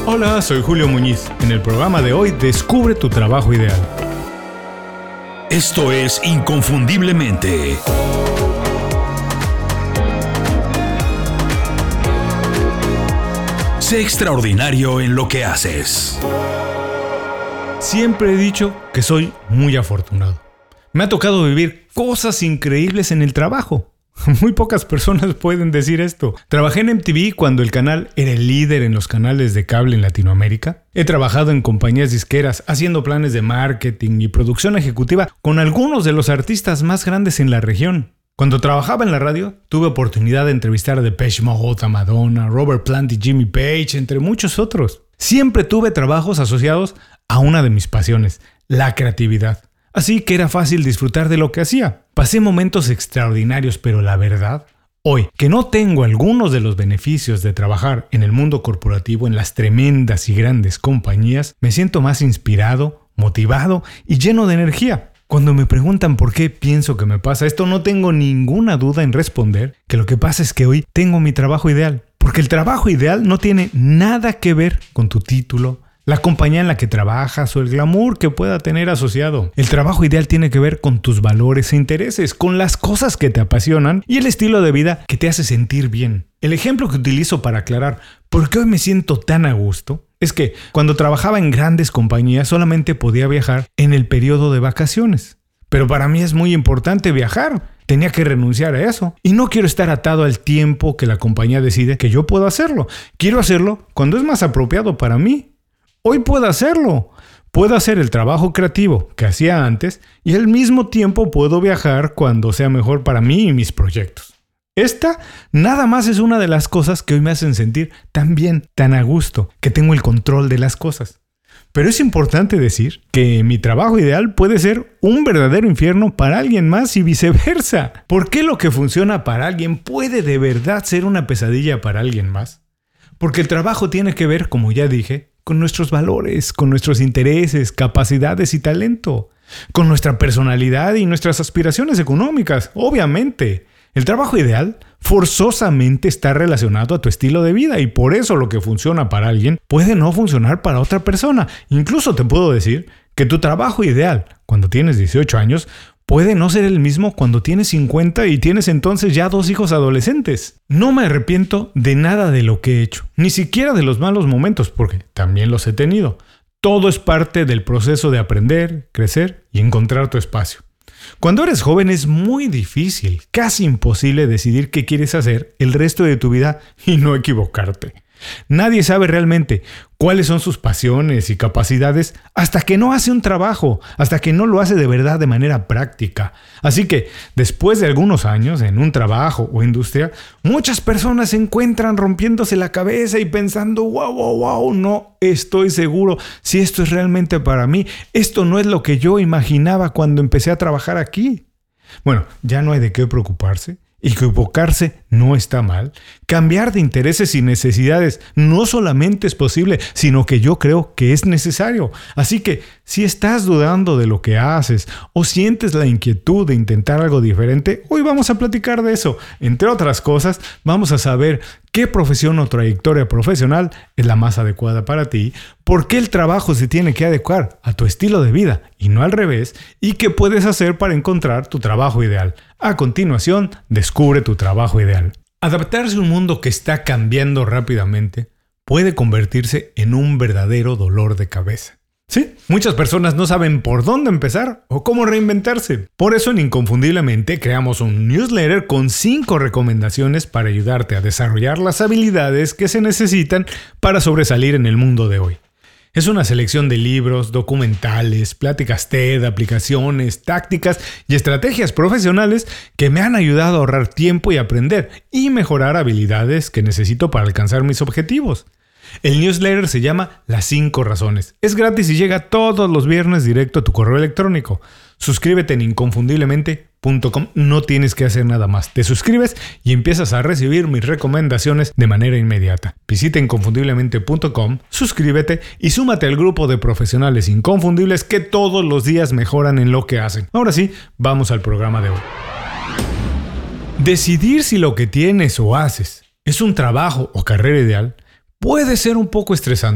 Hola, soy Julio Muñiz. En el programa de hoy, descubre tu trabajo ideal. Esto es Inconfundiblemente. Sé extraordinario en lo que haces. Siempre he dicho que soy muy afortunado. Me ha tocado vivir cosas increíbles en el trabajo. Muy pocas personas pueden decir esto. Trabajé en MTV cuando el canal era el líder en los canales de cable en Latinoamérica. He trabajado en compañías disqueras haciendo planes de marketing y producción ejecutiva con algunos de los artistas más grandes en la región. Cuando trabajaba en la radio, tuve oportunidad de entrevistar a Depeche Mode, a Madonna, Robert Plant y Jimmy Page, entre muchos otros. Siempre tuve trabajos asociados a una de mis pasiones, la creatividad. Así que era fácil disfrutar de lo que hacía. Pasé momentos extraordinarios, pero la verdad, hoy que no tengo algunos de los beneficios de trabajar en el mundo corporativo en las tremendas y grandes compañías, me siento más inspirado, motivado y lleno de energía. Cuando me preguntan por qué pienso que me pasa esto, no tengo ninguna duda en responder que lo que pasa es que hoy tengo mi trabajo ideal. Porque el trabajo ideal no tiene nada que ver con tu título, la compañía en la que trabajas o el glamour que pueda tener asociado. El trabajo ideal tiene que ver con tus valores e intereses, con las cosas que te apasionan y el estilo de vida que te hace sentir bien. El ejemplo que utilizo para aclarar por qué hoy me siento tan a gusto es que cuando trabajaba en grandes compañías solamente podía viajar en el periodo de vacaciones. Pero para mí es muy importante viajar. Tenía que renunciar a eso. Y no quiero estar atado al tiempo que la compañía decide que yo puedo hacerlo. Quiero hacerlo cuando es más apropiado para mí. Hoy puedo hacerlo. Puedo hacer el trabajo creativo que hacía antes y al mismo tiempo puedo viajar cuando sea mejor para mí y mis proyectos. Esta nada más es una de las cosas que hoy me hacen sentir tan bien, tan a gusto, que tengo el control de las cosas. Pero es importante decir que mi trabajo ideal puede ser un verdadero infierno para alguien más y viceversa. ¿Por qué lo que funciona para alguien puede de verdad ser una pesadilla para alguien más? Porque el trabajo tiene que ver, como ya dije, con nuestros valores, con nuestros intereses, capacidades y talento, con nuestra personalidad y nuestras aspiraciones económicas, obviamente. El trabajo ideal forzosamente está relacionado a tu estilo de vida y por eso lo que funciona para alguien puede no funcionar para otra persona. Incluso te puedo decir que tu trabajo ideal cuando tienes 18 años puede no ser el mismo cuando tienes 50 y tienes entonces ya 2 hijos adolescentes. No me arrepiento de nada de lo que he hecho, ni siquiera de los malos momentos, porque también los he tenido. Todo es parte del proceso de aprender, crecer y encontrar tu espacio. Cuando eres joven es muy difícil, casi imposible decidir qué quieres hacer el resto de tu vida y no equivocarte. Nadie sabe realmente cuáles son sus pasiones y capacidades hasta que no hace un trabajo, hasta que no lo hace de verdad de manera práctica. Así que, después de algunos años en un trabajo o industria, muchas personas se encuentran rompiéndose la cabeza y pensando, wow, no estoy seguro si esto es realmente para mí. Esto no es lo que yo imaginaba cuando empecé a trabajar aquí. Bueno, ya no hay de qué preocuparse. Equivocarse no está mal. Cambiar de intereses y necesidades no solamente es posible, sino que yo creo que es necesario. Así que si estás dudando de lo que haces o sientes la inquietud de intentar algo diferente, hoy vamos a platicar de eso. Entre otras cosas, vamos a saber qué profesión o trayectoria profesional es la más adecuada para ti, por qué el trabajo se tiene que adecuar a tu estilo de vida y no al revés, y qué puedes hacer para encontrar tu trabajo ideal. A continuación, descubre tu trabajo ideal. Adaptarse a un mundo que está cambiando rápidamente puede convertirse en un verdadero dolor de cabeza. Sí, muchas personas no saben por dónde empezar o cómo reinventarse. Por eso en Inconfundiblemente creamos un newsletter con 5 recomendaciones para ayudarte a desarrollar las habilidades que se necesitan para sobresalir en el mundo de hoy. Es una selección de libros, documentales, pláticas TED, aplicaciones, tácticas y estrategias profesionales que me han ayudado a ahorrar tiempo y aprender y mejorar habilidades que necesito para alcanzar mis objetivos. El newsletter se llama Las 5 Razones. Es gratis y llega todos los viernes directo a tu correo electrónico. Suscríbete en inconfundiblemente.com. No tienes que hacer nada más. Te suscribes y empiezas a recibir mis recomendaciones de manera inmediata. Visita inconfundiblemente.com, suscríbete y súmate al grupo de profesionales inconfundibles que todos los días mejoran en lo que hacen. Ahora sí, vamos al programa de hoy. Decidir si lo que tienes o haces es un trabajo o carrera ideal puede ser un poco estresante.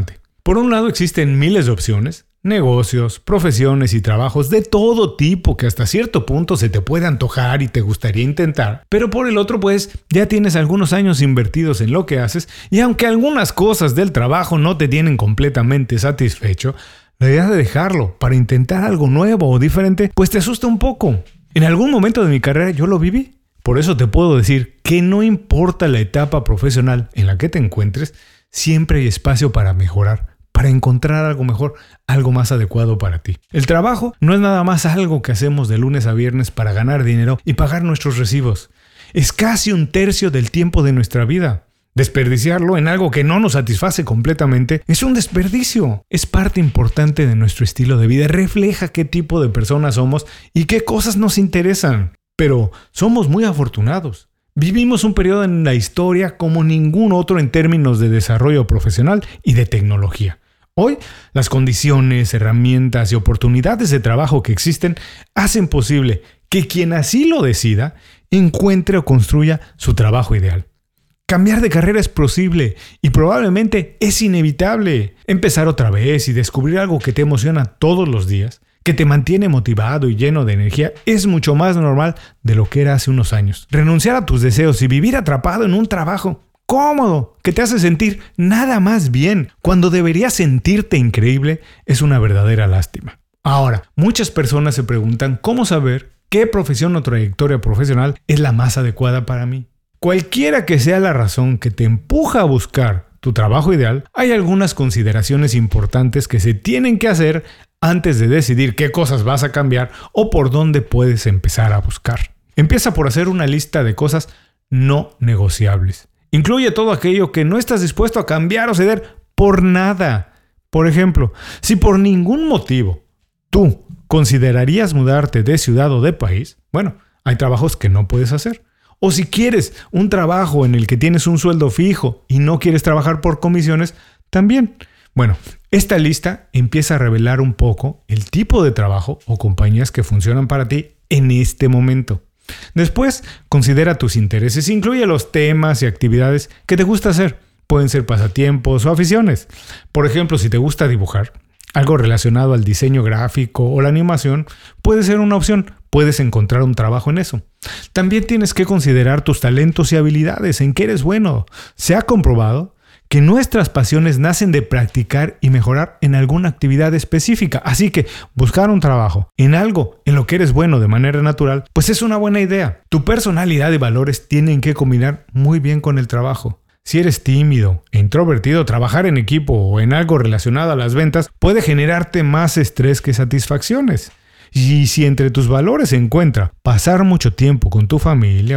Por un lado existen miles de opciones, negocios, profesiones y trabajos de todo tipo que hasta cierto punto se te puede antojar y te gustaría intentar, pero por el otro pues ya tienes algunos años invertidos en lo que haces y aunque algunas cosas del trabajo no te tienen completamente satisfecho, la idea de dejarlo para intentar algo nuevo o diferente pues te asusta un poco. En algún momento de mi carrera yo lo viví, por eso te puedo decir que no importa la etapa profesional en la que te encuentres, siempre hay espacio para mejorar, para encontrar algo mejor, algo más adecuado para ti. El trabajo no es nada más algo que hacemos de lunes a viernes para ganar dinero y pagar nuestros recibos. Es casi un tercio del tiempo de nuestra vida. Desperdiciarlo en algo que no nos satisface completamente es un desperdicio. Es parte importante de nuestro estilo de vida, refleja qué tipo de personas somos y qué cosas nos interesan. Pero somos muy afortunados. Vivimos un periodo en la historia como ningún otro en términos de desarrollo profesional y de tecnología. Hoy, las condiciones, herramientas y oportunidades de trabajo que existen hacen posible que quien así lo decida encuentre o construya su trabajo ideal. Cambiar de carrera es posible y probablemente es inevitable. Empezar otra vez y descubrir algo que te emociona todos los días, que te mantiene motivado y lleno de energía, es mucho más normal de lo que era hace unos años. Renunciar a tus deseos y vivir atrapado en un trabajo cómodo, que te hace sentir nada más bien, cuando deberías sentirte increíble, es una verdadera lástima. Ahora, muchas personas se preguntan cómo saber qué profesión o trayectoria profesional es la más adecuada para mí. Cualquiera que sea la razón que te empuja a buscar tu trabajo ideal, hay algunas consideraciones importantes que se tienen que hacer antes de decidir qué cosas vas a cambiar o por dónde puedes empezar a buscar. Empieza por hacer una lista de cosas no negociables. Incluye todo aquello que no estás dispuesto a cambiar o ceder por nada. Por ejemplo, si por ningún motivo tú considerarías mudarte de ciudad o de país, bueno, hay trabajos que no puedes hacer. O si quieres un trabajo en el que tienes un sueldo fijo y no quieres trabajar por comisiones, también. Bueno, esta lista empieza a revelar un poco el tipo de trabajo o compañías que funcionan para ti en este momento. Después, considera tus intereses, incluye los temas y actividades que te gusta hacer. Pueden ser pasatiempos o aficiones. Por ejemplo, si te gusta dibujar, algo relacionado al diseño gráfico o la animación puede ser una opción. Puedes encontrar un trabajo en eso. También tienes que considerar tus talentos y habilidades, en qué eres bueno. Se ha comprobado que nuestras pasiones nacen de practicar y mejorar en alguna actividad específica. Así que buscar un trabajo en algo en lo que eres bueno de manera natural, pues es una buena idea. Tu personalidad y valores tienen que combinar muy bien con el trabajo. Si eres tímido e introvertido, trabajar en equipo o en algo relacionado a las ventas puede generarte más estrés que satisfacciones. Y si entre tus valores se encuentra pasar mucho tiempo con tu familia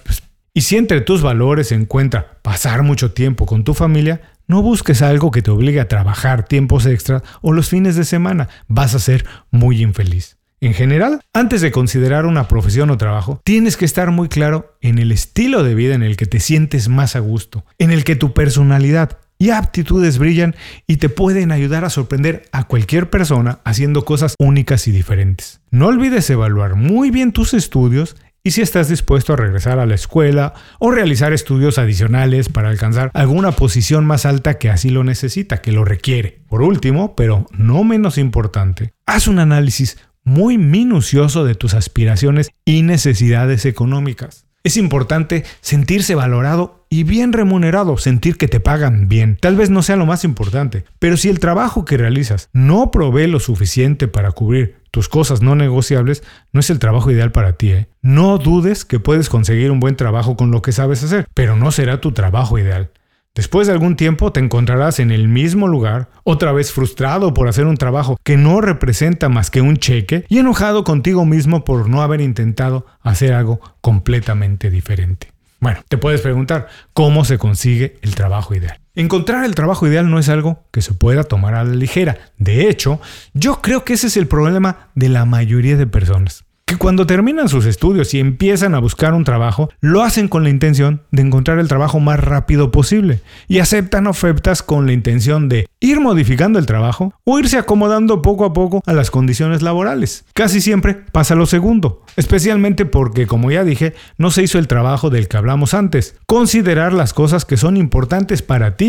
no busques algo que te obligue a trabajar tiempos extras o los fines de semana. Vas a ser muy infeliz. En general, antes de considerar una profesión o trabajo, tienes que estar muy claro en el estilo de vida en el que te sientes más a gusto, en el que tu personalidad y aptitudes brillan y te pueden ayudar a sorprender a cualquier persona haciendo cosas únicas y diferentes. No olvides evaluar muy bien tus estudios y si estás dispuesto a regresar a la escuela o realizar estudios adicionales para alcanzar alguna posición más alta que así lo necesita, que lo requiere. Por último, pero no menos importante, haz un análisis muy minucioso de tus aspiraciones y necesidades económicas. Es importante sentirse valorado y bien remunerado, sentir que te pagan bien. Tal vez no sea lo más importante, pero si el trabajo que realizas no provee lo suficiente para cubrir tus cosas no negociables, no es el trabajo ideal para ti. No dudes que puedes conseguir un buen trabajo con lo que sabes hacer, pero no será tu trabajo ideal. Después de algún tiempo te encontrarás en el mismo lugar, otra vez frustrado por hacer un trabajo que no representa más que un cheque y enojado contigo mismo por no haber intentado hacer algo completamente diferente. Bueno, te puedes preguntar, ¿cómo se consigue el trabajo ideal? Encontrar el trabajo ideal no es algo que se pueda tomar a la ligera. De hecho, yo creo que ese es el problema de la mayoría de personas. Que cuando terminan sus estudios y empiezan a buscar un trabajo, lo hacen con la intención de encontrar el trabajo más rápido posible y aceptan ofertas con la intención de ir modificando el trabajo o irse acomodando poco a poco a las condiciones laborales. Casi siempre pasa lo segundo, especialmente porque, como ya dije, no se hizo el trabajo del que hablamos antes. Considerar las cosas que son importantes para ti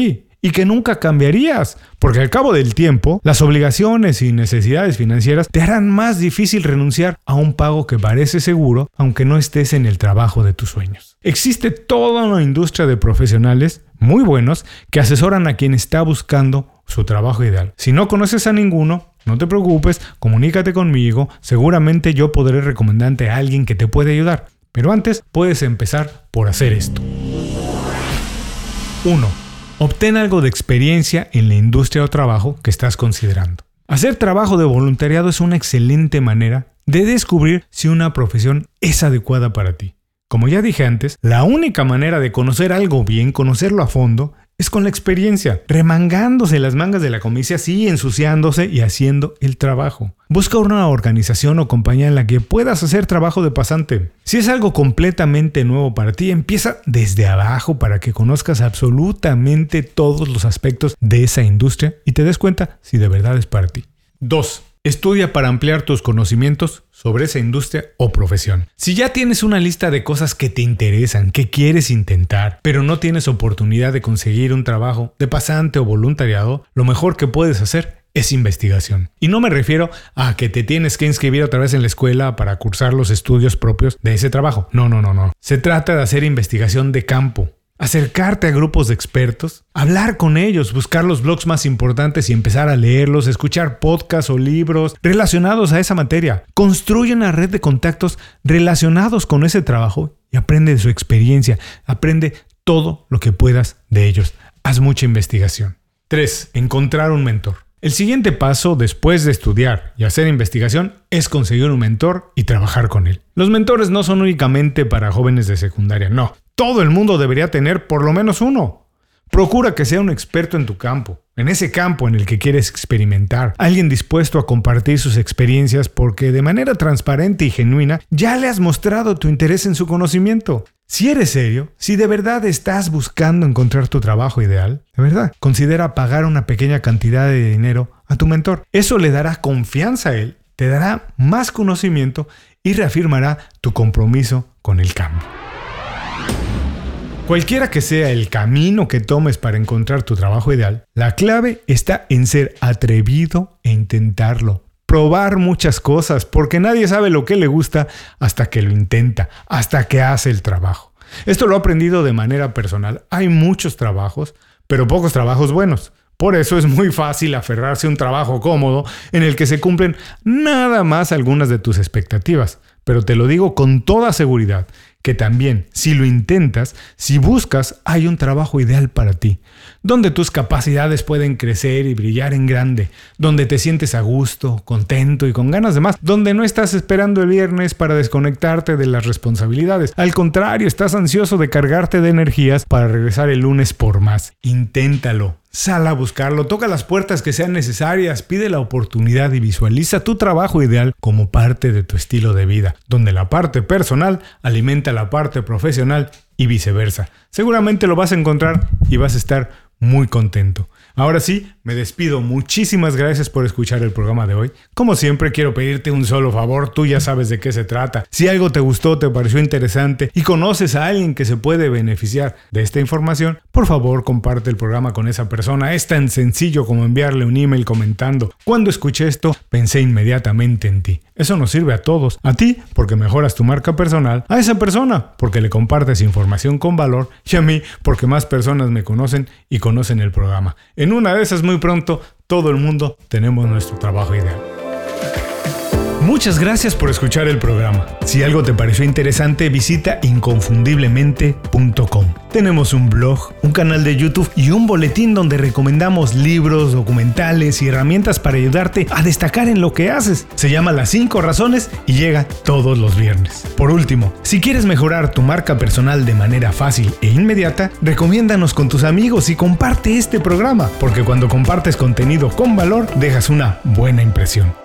y que nunca cambiarías, porque al cabo del tiempo, las obligaciones y necesidades financieras te harán más difícil renunciar a un pago que parece seguro, aunque no estés en el trabajo de tus sueños. Existe toda una industria de profesionales muy buenos que asesoran a quien está buscando su trabajo ideal. Si no conoces a ninguno, no te preocupes, comunícate conmigo, seguramente yo podré recomendarte a alguien que te puede ayudar. Pero antes, puedes empezar por hacer esto. 1. Obtén algo de experiencia en la industria o trabajo que estás considerando. Hacer trabajo de voluntariado es una excelente manera de descubrir si una profesión es adecuada para ti. Como ya dije antes, la única manera de conocer algo bien, conocerlo a fondo, es con la experiencia, remangándose las mangas de la camisa, así ensuciándose y haciendo el trabajo. Busca una organización o compañía en la que puedas hacer trabajo de pasante. Si es algo completamente nuevo para ti, empieza desde abajo para que conozcas absolutamente todos los aspectos de esa industria y te des cuenta si de verdad es para ti. 2. Estudia para ampliar tus conocimientos sobre esa industria o profesión. Si ya tienes una lista de cosas que te interesan, que quieres intentar, pero no tienes oportunidad de conseguir un trabajo de pasante o voluntariado, lo mejor que puedes hacer es investigación. Y no me refiero a que te tienes que inscribir otra vez en la escuela para cursar los estudios propios de ese trabajo. No. Se trata de hacer investigación de campo. Acercarte a grupos de expertos, hablar con ellos, buscar los blogs más importantes y empezar a leerlos, escuchar podcasts o libros relacionados a esa materia. Construye una red de contactos relacionados con ese trabajo y aprende de su experiencia. Aprende todo lo que puedas de ellos. Haz mucha investigación. 3. Encontrar un mentor. El siguiente paso después de estudiar y hacer investigación es conseguir un mentor y trabajar con él. Los mentores no son únicamente para jóvenes de secundaria, no. Todo el mundo debería tener por lo menos uno. Procura que sea un experto en tu campo, en ese campo en el que quieres experimentar. Alguien dispuesto a compartir sus experiencias porque de manera transparente y genuina ya le has mostrado tu interés en su conocimiento. Si eres serio, si de verdad estás buscando encontrar tu trabajo ideal, de verdad, considera pagar una pequeña cantidad de dinero a tu mentor. Eso le dará confianza a él, te dará más conocimiento y reafirmará tu compromiso con el cambio. Cualquiera que sea el camino que tomes para encontrar tu trabajo ideal, la clave está en ser atrevido e intentarlo. Probar muchas cosas, porque nadie sabe lo que le gusta hasta que lo intenta, hasta que hace el trabajo. Esto lo he aprendido de manera personal. Hay muchos trabajos, pero pocos trabajos buenos. Por eso es muy fácil aferrarse a un trabajo cómodo en el que se cumplen nada más algunas de tus expectativas. Pero te lo digo con toda seguridad, que también, si lo intentas, si buscas, hay un trabajo ideal para ti, donde tus capacidades pueden crecer y brillar en grande, donde te sientes a gusto, contento y con ganas de más, donde no estás esperando el viernes para desconectarte de las responsabilidades. Al contrario, estás ansioso de cargarte de energías para regresar el lunes por más. Inténtalo. Sal a buscarlo, toca las puertas que sean necesarias, pide la oportunidad y visualiza tu trabajo ideal como parte de tu estilo de vida, donde la parte personal alimenta la parte profesional y viceversa. Seguramente lo vas a encontrar y vas a estar muy contento. Ahora sí, me despido. Muchísimas gracias por escuchar el programa de hoy. Como siempre, quiero pedirte un solo favor. Tú ya sabes de qué se trata. Si algo te gustó, te pareció interesante y conoces a alguien que se puede beneficiar de esta información, por favor, comparte el programa con esa persona. Es tan sencillo como enviarle un email comentando: cuando escuché esto, pensé inmediatamente en ti. Eso nos sirve a todos. A ti, porque mejoras tu marca personal. A esa persona, porque le compartes información con valor. Y a mí, porque más personas me conocen y conocen el programa. En una de esas, muy pronto, todo el mundo tenemos nuestro trabajo ideal. Muchas gracias por escuchar el programa. Si algo te pareció interesante, visita inconfundiblemente.com. Tenemos un blog, un canal de YouTube y un boletín donde recomendamos libros, documentales y herramientas para ayudarte a destacar en lo que haces. Se llama Las 5 Razones y llega todos los viernes. Por último, si quieres mejorar tu marca personal de manera fácil e inmediata, recomiéndanos con tus amigos y comparte este programa, porque cuando compartes contenido con valor, dejas una buena impresión.